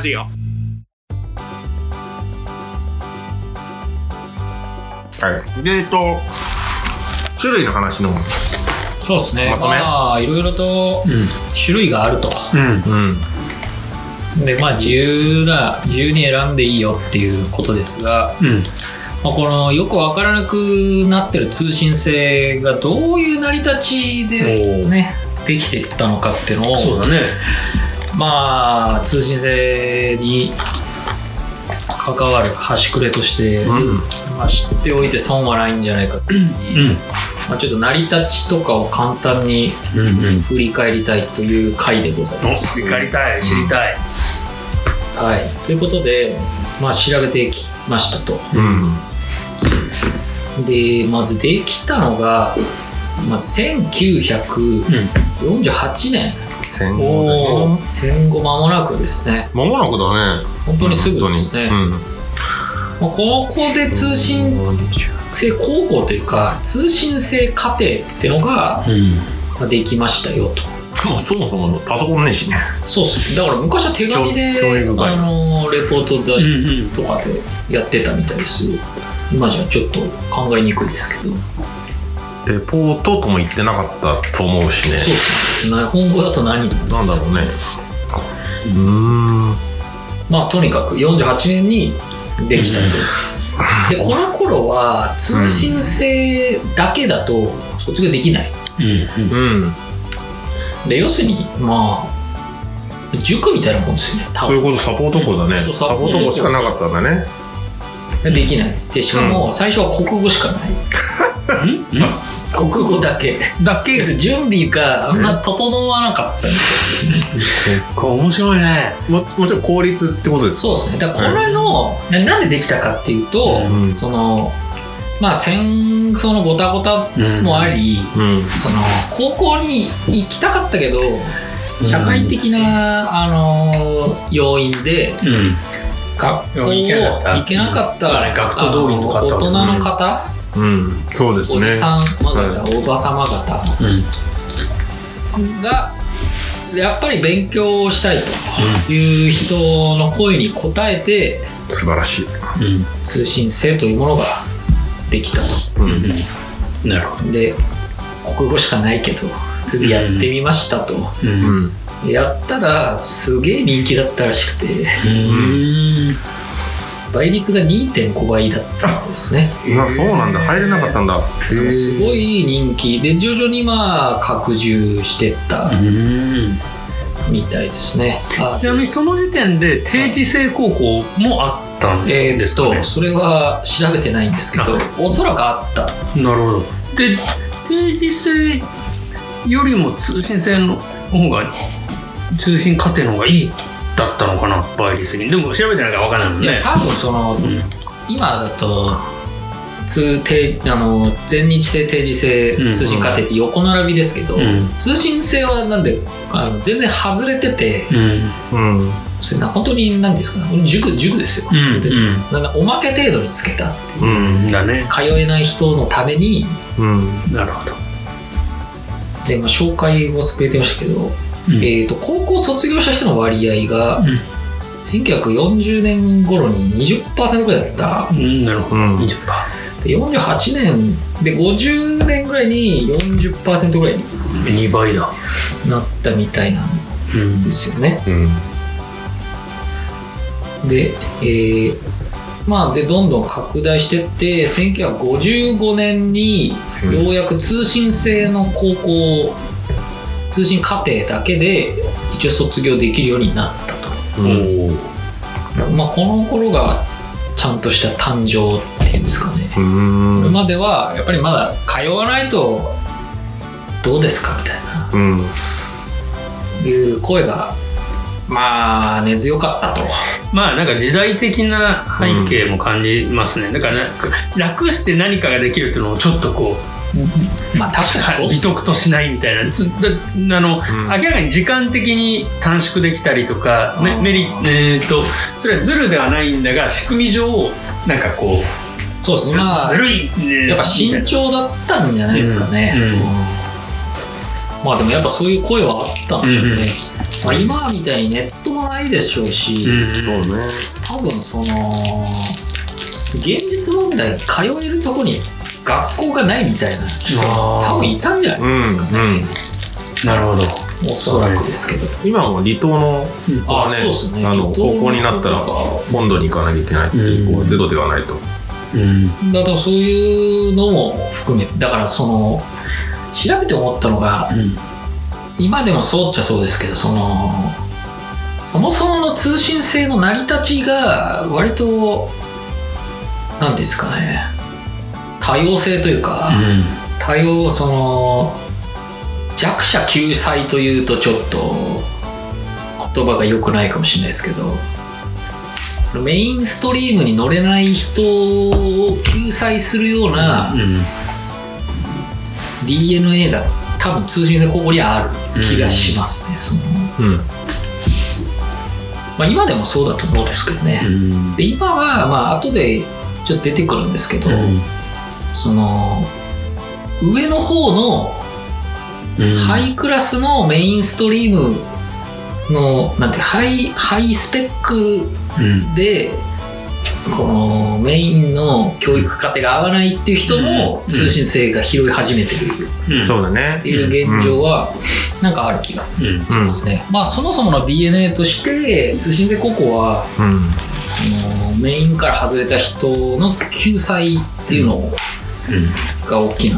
ジオ。 はいで種類の話のそうですね。 まとめまあいろいろと種類があると、でまあ自由に選んでいいよっていうことですが、まあ、このよく分からなくなってる通信制がどういう成り立ちでねできていったのかっていうのを、 そうだね、 まあ通信制に関わる端くれとして、まあ、知っておいて損はないんじゃないかっていう、まあ、ちょっと成り立ちとかを簡単に振り返りたいという回でございます。 振り返りたい、知りたい。 はい、ということで、まあ、調べてきましたと。でまずできたのが、まず1948年、 戦後だね。 戦後間もなくですね。 間もなくだね。 本当にすぐですね。まあ、ここで通信制高校というか通信制課程っていうのができましたよと。 もうそもそもパソコンねえしね。 そうっす。だから昔は手紙でレポート出しとかでやってたみたいですよ。今じゃちょっと考えにくいですけど。 レポートとも言ってなかったと思うしね。 そうですね。本語だと何なんだろうね。 まあとにかく48年にできたと。でこの頃は通信制だけだと卒業できない。で要するにまあ塾みたいなもんですよね。 そういうこと、サポート校だね。サポート校しかなかったんだね。 できない。でしかも最初は国語しかない。国語だけ準備があんま整わなかったんですよ。 結構面白いね。 もちろん効率ってことですか。 そうですね。だからこれの、なんでできたかっていうと、そのまあ戦争のごたごたもあり、その高校に行きたかったけど社会的な要因で、学校行けなかった学徒動員とか大人の方、 そうですね。 おじさんま方、おばさま方がやっぱり勉強をしたいという人の声に応えて、 素晴らしい。 通信制というものができたと。 なるほど。 で国語しかないけどやってみましたと。やったらすげえ人気だったらしくて、倍率が 2.5 倍だったんですね。 そうなんだ。入れなかったんだ。 すごい人気で徐々にまあ拡充してったみたいですね。 ちなみにその時点で定時制高校もあったんですかね。 それは調べてないんですけど、おそらくあった。 なるほど。で定時制よりも通信制の方が通信課程の方がいいだったのかな、倍率的に。でも調べてないから分からないもんね。 いや多分その、今だと全日制定時制通信課程って横並びですけど、通信制はなんで全然外れてて、本当に何ですかね、塾ですよ。なんかおまけ程度につけたっていう、 だね、 通えない人のために。 なるほど。 で、まあ、紹介を進めてましたけど、高校卒業した人の割合が、1940年頃に 20% ぐらいだった。 なるほど、20%。 で48年で50年ぐらいに 40% ぐらいに 2倍だなったみたいなんですよね。で、まあでどんどん拡大してって1955年にようやく通信制の高校、通信課程だけで一応卒業できるようになったと。まあこの頃がちゃんとした誕生っていうんですかね。これまではやっぱりまだ通わないとどうですかみたいな、いう声がまあ根強かったと。 まあなんか時代的な背景も感じますね。だから楽して何かができるっていうのをちょっとこう、 まあ確かにそうっすね。 美徳としないみたいな、明らかに時間的に短縮できたりとか、それはズルではないんだが仕組み上なんかこう、 そうですね。まあずるい、 やっぱ慎重だったんじゃないですかね。まあでもやっぱそういう声はあったんですよね。 まあ、今みたいにネットもないでしょうし、 そうね。 多分現実問題通えるとこに学校がないみたいな人多分いたんじゃないですかね。 なるほど。 おそらくですけど。 今も離島の子はね、 そうですね。 高校になったら本土に行かなきゃいけないっていう子はゼロではないと。 だからそういうのも含めて、だから調べて思ったのが、今でもそうっちゃそうですけど、そもそもの通信制の成り立ちが割と何ですかね、多様性というか、弱者救済というとちょっと言葉が良くないかもしれないですけど、メインストリームに乗れない人を救済するような DNA が多分通信制高校にはある気がしますね。まあ、今でもそうだと思うんですけどね。で今はまあ後でちょっと出てくるんですけど、上の方のハイクラスのメインストリームのなんてハイスペックで、このメインの教育課程が合わないっていう人も通信制が拾い始めてるそうだねっていう現状はなんかある気がしますね。まあそもそもの DNA として通信制高校は、メインから外れた人の救済っていうのが大きな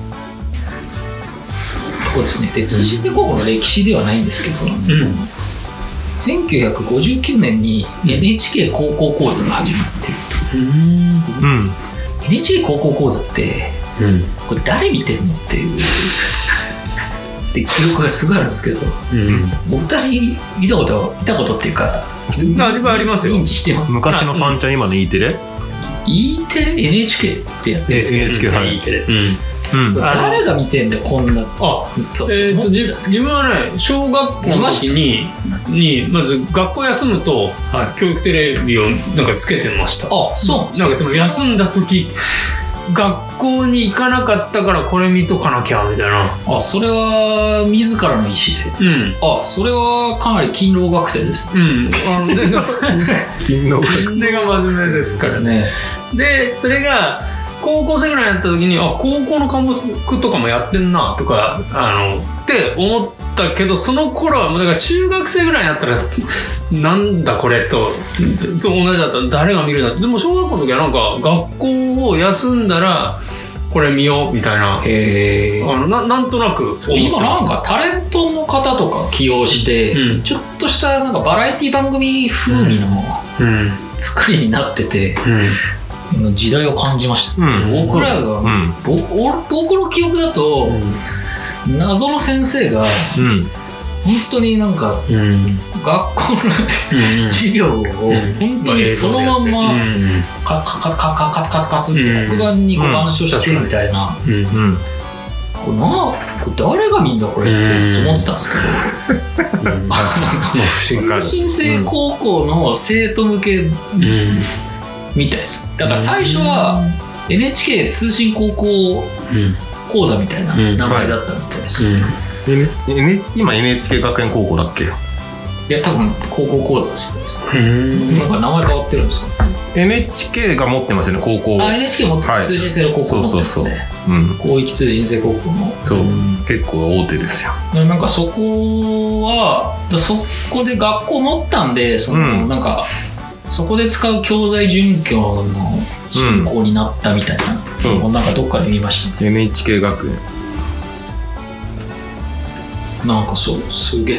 そうですね。で通信制高校の歴史ではないんですけど、1959年に NHK 高校講座が始まっていると。NHK 高校講座って、これ誰見てるのっていうで記憶がすごいあるんですけど、お二人見たことっていうか、 ありますよ。 認知してます。 昔の3ちゃん、今の E テレ E テレ NHK ってやってるんですよ。 NHK はい。 E テレ。 誰が見てんだよこんな。 自分はね、小学校の時にまず学校休むと、教育テレビをなんかつけてました。 そうなんかつまり休んだ時学校に行かなかったからこれ見とかなきゃみたいな。 それは自らの意思で。それはかなり勤労学生ですね。 勤労学生。 それが真面目ですからね。でそれが高校生ぐらいになった時に高校の科目とかもやってんなとかって思ったけど、その頃はもうだから中学生ぐらいになったらなんだこれとそう同じだったら誰が見るんだって。でも小学校の時はなんか学校を休んだらこれ見ようみたいな、なんとなく思ってます。 今なんかタレントの方とか起用して、ちょっとしたなんかバラエティ番組風味の作りになってて、時代を感じました。僕らが、僕の記憶だと、謎の先生が、本当になんか、学校の授業を本当にそのまんまカツって黒板に板書してみたいな、これ誰が見んだこれって思ってたんですけど、通信制高校の生徒向けみたいです。だから最初は NHK 通信高校講座みたいな名前だったみたいです。 今 NHK 学園高校だっけ？ いや多分高校講座だしです。なんか名前変わってるんですか？ NHK が持ってますよね、高校。 NHK 持ってます。通信制の高校持ってますね。広域通信制高校の。 そう、結構大手ですよ。 なんかそこで学校持ったんで、なんかそこで使う教材準拠の進行になったみたいな、なんかどっかで見ましたね。 NHK 学園なんかそうすげえ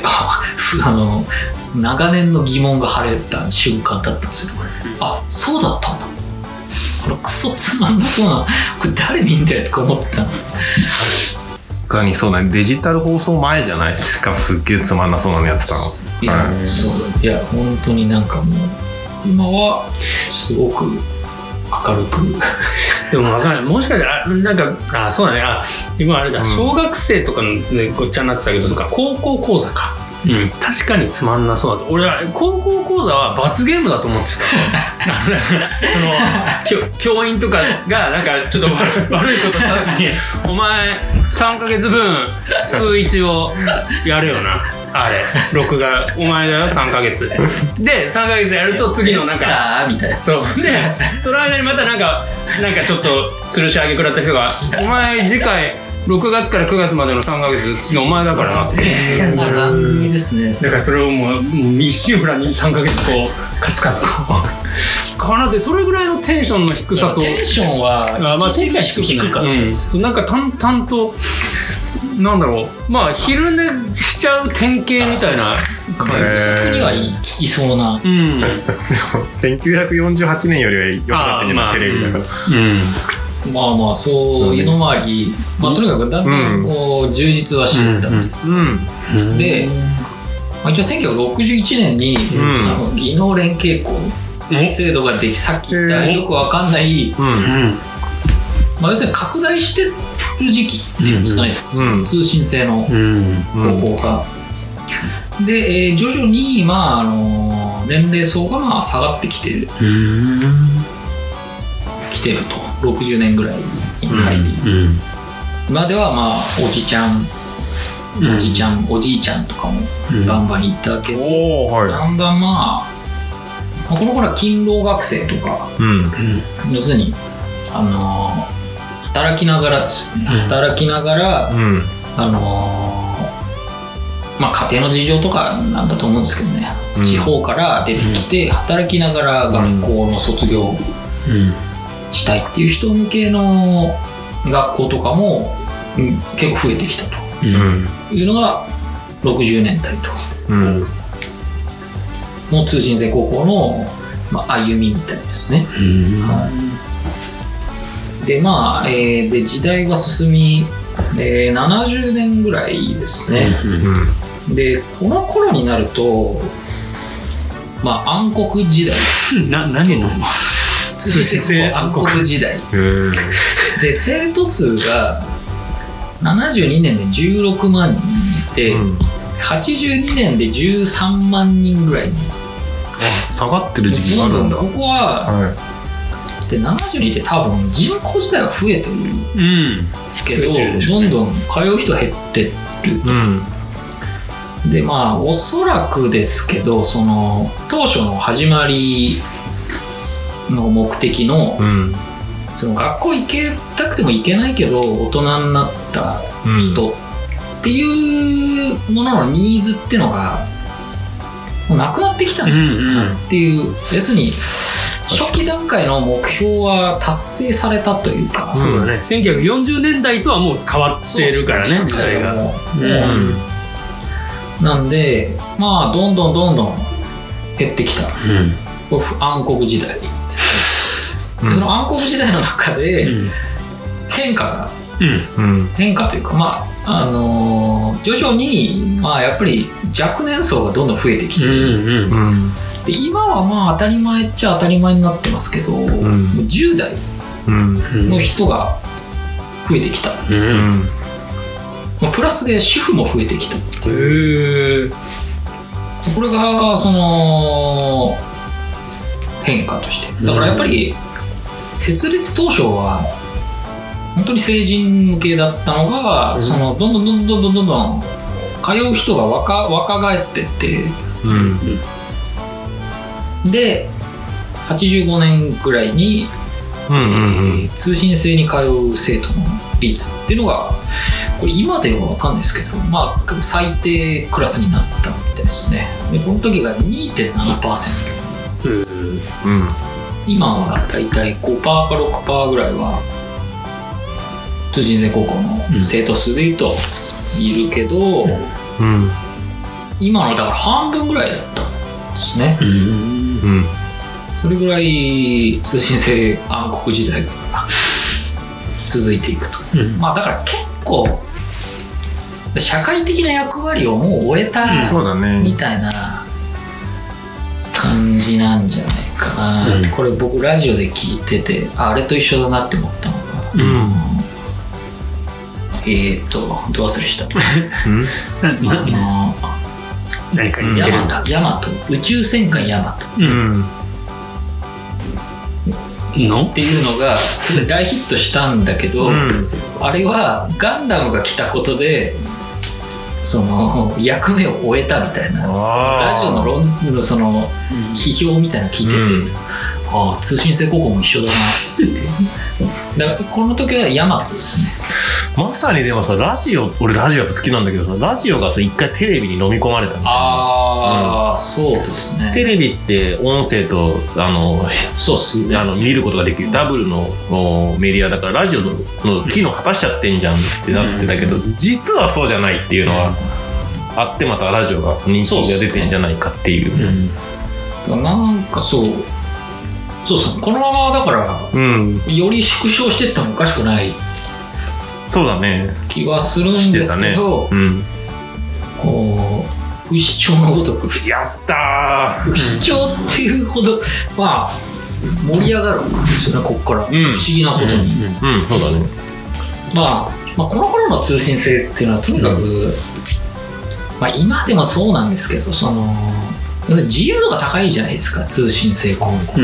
長年の疑問が晴れた瞬間だったんですよ。そうだったんだ、これクソつまんなそうな、これ誰見んだよとか思ってたんです。 他にそうなデジタル放送前じゃないしか、すっげえつまんなそうなのやってたの。 いや本当になんかもう今はすごく明るくでも分からない、もしかしたらなんかそうだね、今あれだ、小学生とかの、ごっちゃになってたけど、高校講座かうん、確かにつまんなそうだと。俺は高校講座は罰ゲームだと思ってた。その教員とかがなんかちょっと悪いことした時にお前3ヶ月分数1をやるよな。あれ録画お前だよ3ヶ月で3ヶ月やると次のなんかみたいな。 そうでその間にまたなんかちょっと吊るし上げ食らった人がお前次回6月から9月までの3ヶ月次お前だからなって変な番組ですね。 だからそれをもう一心不乱に3ヶ月こうカツカツこうかなってそれぐらいのテンションの低さとテンションはまあ確かに低かったです、 なんか淡々となんだろうまあ昼寝しちゃう典型みたいな感じには効きそうな、 でも1948年よりは良くなってんじゃないテレビだからまあまあそういうのもあり、まあとにかくだんだんこう充実はしていったと、で、まあ、一応1961年に、技能連携校制度ができさっき言ったよくわかんない、まあ、要するに拡大してる時期っていうんですかね、通信制の方法が、で、徐々に、まあ年齢層がまあ下がってきてると60年ぐらいに入り、今ではまあおじいちゃんおじいちゃんとかもバンバンいたけど、だんだんまあこの頃は勤労学生とか、要するに働きながらですよね、働きながら、まあ家庭の事情とかなんだと思うんですけどね、地方から出てきて働きながら学校の卒業したいっていう人向けの学校とかも、結構増えてきたというのが60年代と、もう通信制高校の、まあ、歩みみたいですね。でまあで時代が進み、70年ぐらいですね。でこの頃になると、まあ暗黒時代何の通信制暗黒時代で生徒数が72年で16万人で、82年で13万人ぐらいに下がってる時期があるんだ。 ここは、で72って多分人口自体は増えてるけど、どんどん通う人は減ってると、でまあおそらくですけど、その当初の始まりの目的の、その学校行けたくても行けないけど大人になった人っていうもののニーズっていうのがもうなくなってきたんだなっていう、要するに初期段階の目標は達成されたというか、 そうだね、1940年代とはもう変わってるからね、時代が。 なんでまあどんどん減ってきた、暗黒時代ですね。その暗黒時代の中で変化というか、まあ徐々にまあやっぱり若年層がどんどん増えてきて、で今はまあ当たり前っちゃ当たり前になってますけど、10代の人が増えてきた、プラスで主婦も増えてきたっていう、これがその変化として、だからやっぱり設立当初は本当に成人向けだったのが、そのどんどん通う人が若返ってって、で85年ぐらいに、通信制に通う生徒の率っていうのがこれ今では分かんないですけど、まあ最低クラスになったみたいですね。でこの時が 2.7%、今はだいたい 5% か 6% ぐらいは通信制高校の生徒数でいうといるけど、今のだから半分ぐらいだったんですね。それぐらい通信制暗黒時代が続いていくと、まあだから結構社会的な役割をもう終えたみたいな感じなんじゃないかな、これ僕ラジオで聞いててあれと一緒だなって思ったのが、どう忘れした何かに似てる。 ヤマト、宇宙戦艦ヤマトのっていうのがすごい大ヒットしたんだけど、あれはガンダムが来たことでその役目を終えたみたいなラジオのその批評みたいなの聞いてて、ああ通信制高校も一緒だなってだからこの時はヤマトですね。 まさにでもさ俺ラジオやっぱ好きなんだけどさ、ラジオが一回テレビに飲み込まれたみたいな。 ああ、そうですね。 テレビって音声とそうっすね、 見ることができるダブルのメディアだからラジオの機能果たしちゃってんじゃんってなってたけど、実はそうじゃないっていうのはあって、またラジオが人気が出てんじゃないかっていう。 なんかそうこのままだから、より縮小していってもおかしくないそうだね気はするんですけど、こう不死鳥のごとくやった不死鳥っていうほどまあ盛り上がるんですよね、ここから、不思議なことに、 そうだね。 まあこの頃の通信制っていうのはとにかく、今でもそうなんですけど、その自由度が高いじゃないですか、通信制高校って、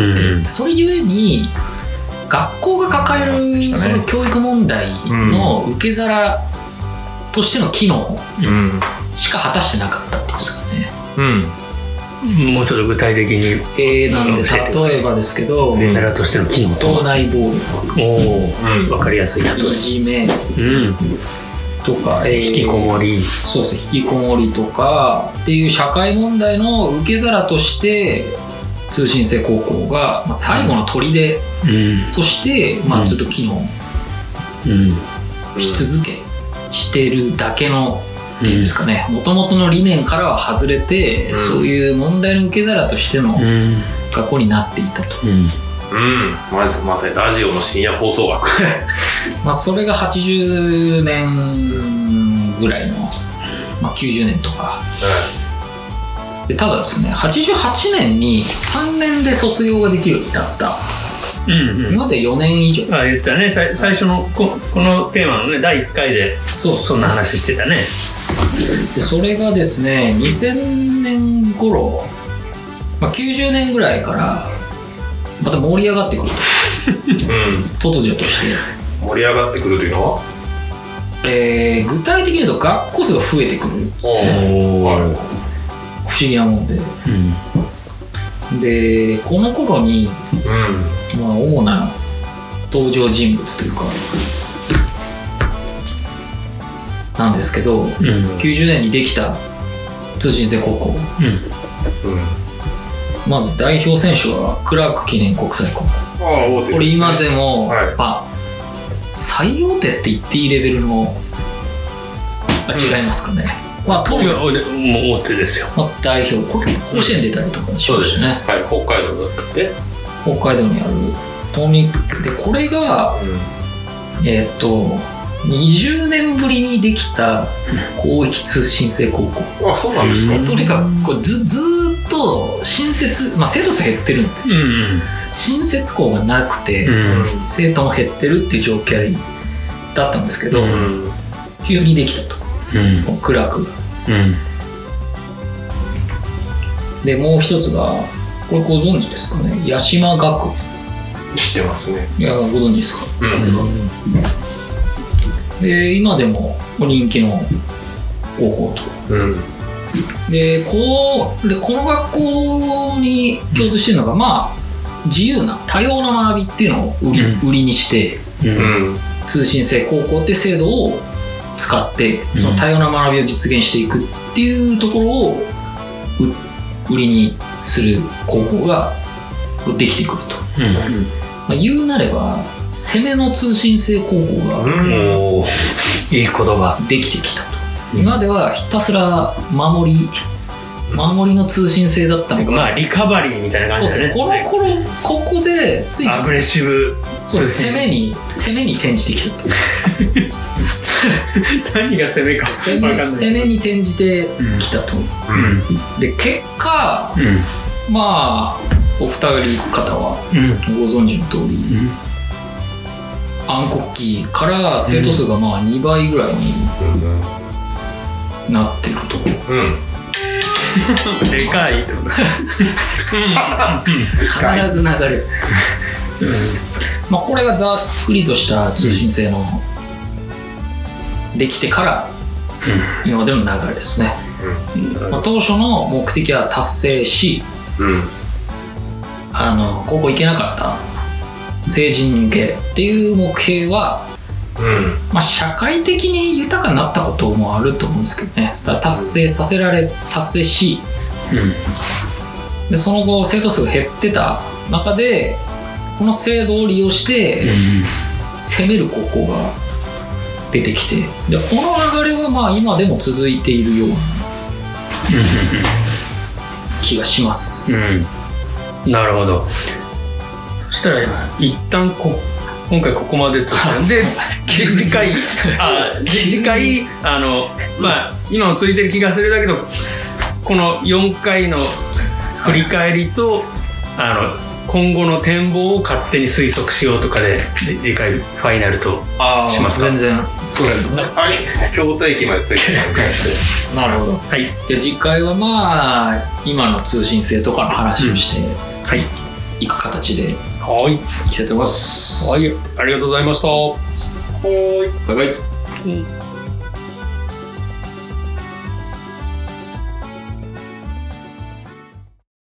それゆえに学校が抱えるその教育問題の受け皿としての機能しか果たしてなかったっていうんですかね。 もうちょっと具体的になんで例えばですけど、 受け皿としての機能と校内暴力、 分かりやすい例え、 いじめとか、 引きこもり、 そうですね、引きこもりとかっていう社会問題の受け皿として通信制高校が、最後の砦として、ずっと機能し続けしてるだけのっていうんですかね、元々の理念からは外れて、そういう問題の受け皿としての学校になっていたと。 まさにラジオの深夜放送枠それが80年ぐらいの、90年とか、でただですね、88年に3年で卒業ができるようになった、今まで4年以上言ってたね、最初のこのテーマのね第1回でそんな話してたね。 でそれがですね、2000年頃、90年ぐらいからまた盛り上がってくると突如として盛り上がってくるというのは、 具体的に言うと学校数が増えてくるんですね。不思議なもんで、でこの頃に、主な登場人物というかなんですけど、90年にできた通信制高校、まず代表選手はクラーク記念国際高校。これ今でも、最大手って言っていいレベルの違いますかね。とにかくもう大手ですよ。 代表甲子園出たりとかしましたね。 北海道だって北海道にあるでこれが、20年ぶりにできた広域通信制高校。 そうなんですか。 とにかくこうずっと新設、生徒数減ってるんで、新設校がなくて、生徒も減ってるっていう状況だったんですけど、急にできたと、クラークが、でもう一つがこれご存知ですかね、八島学園。 知ってますね。 いやご存知ですか、さすが。で今でも人気の高校と、でこの学校に共通してるのが、自由な多様な学びっていうのを売りにして、通信制高校って制度を使ってその多様な学びを実現していくっていうところを売りにする高校ができてくると、言うなれば攻めの通信制高校がいい言葉できてきたと。今まではひたすら守りの通信制だったのが、 リカバリーみたいな感じですね。 この頃ここでついにアグレッシブ攻めに転じてきたと何が攻めか攻めに転じてきたと、で結果、お二人方はご存知の通り、暗黒期から生徒数が2倍ぐらいになってると、 でかいってこと必ず流れる。まあこれがざっくりとした通信制のできてから今までの流れですね。まあ、当初の目的は達成し、高校行けなかった成人に向けっていう目標は、まあ、社会的に豊かになったこともあると思うんですけどね。だから達成し、でその後生徒数が減ってた中でこの制度を利用して攻める高校が出てきて、でこの流れはまあ今でも続いているような気がします。 なるほど。そしたら一旦今回ここまでとで次回まあ今も続いてる気がするだけど、この4回の振り返りと今後の展望を勝手に推測しようとかで次回ファイナルとしますか？ 全然そうですね。はい。京都駅までついてなるほど。 はい。 じゃあ次回はまあ今の通信制とかの話をして、いく形でいきたいと思います。 はい。ありがとうございました。 バイバイ。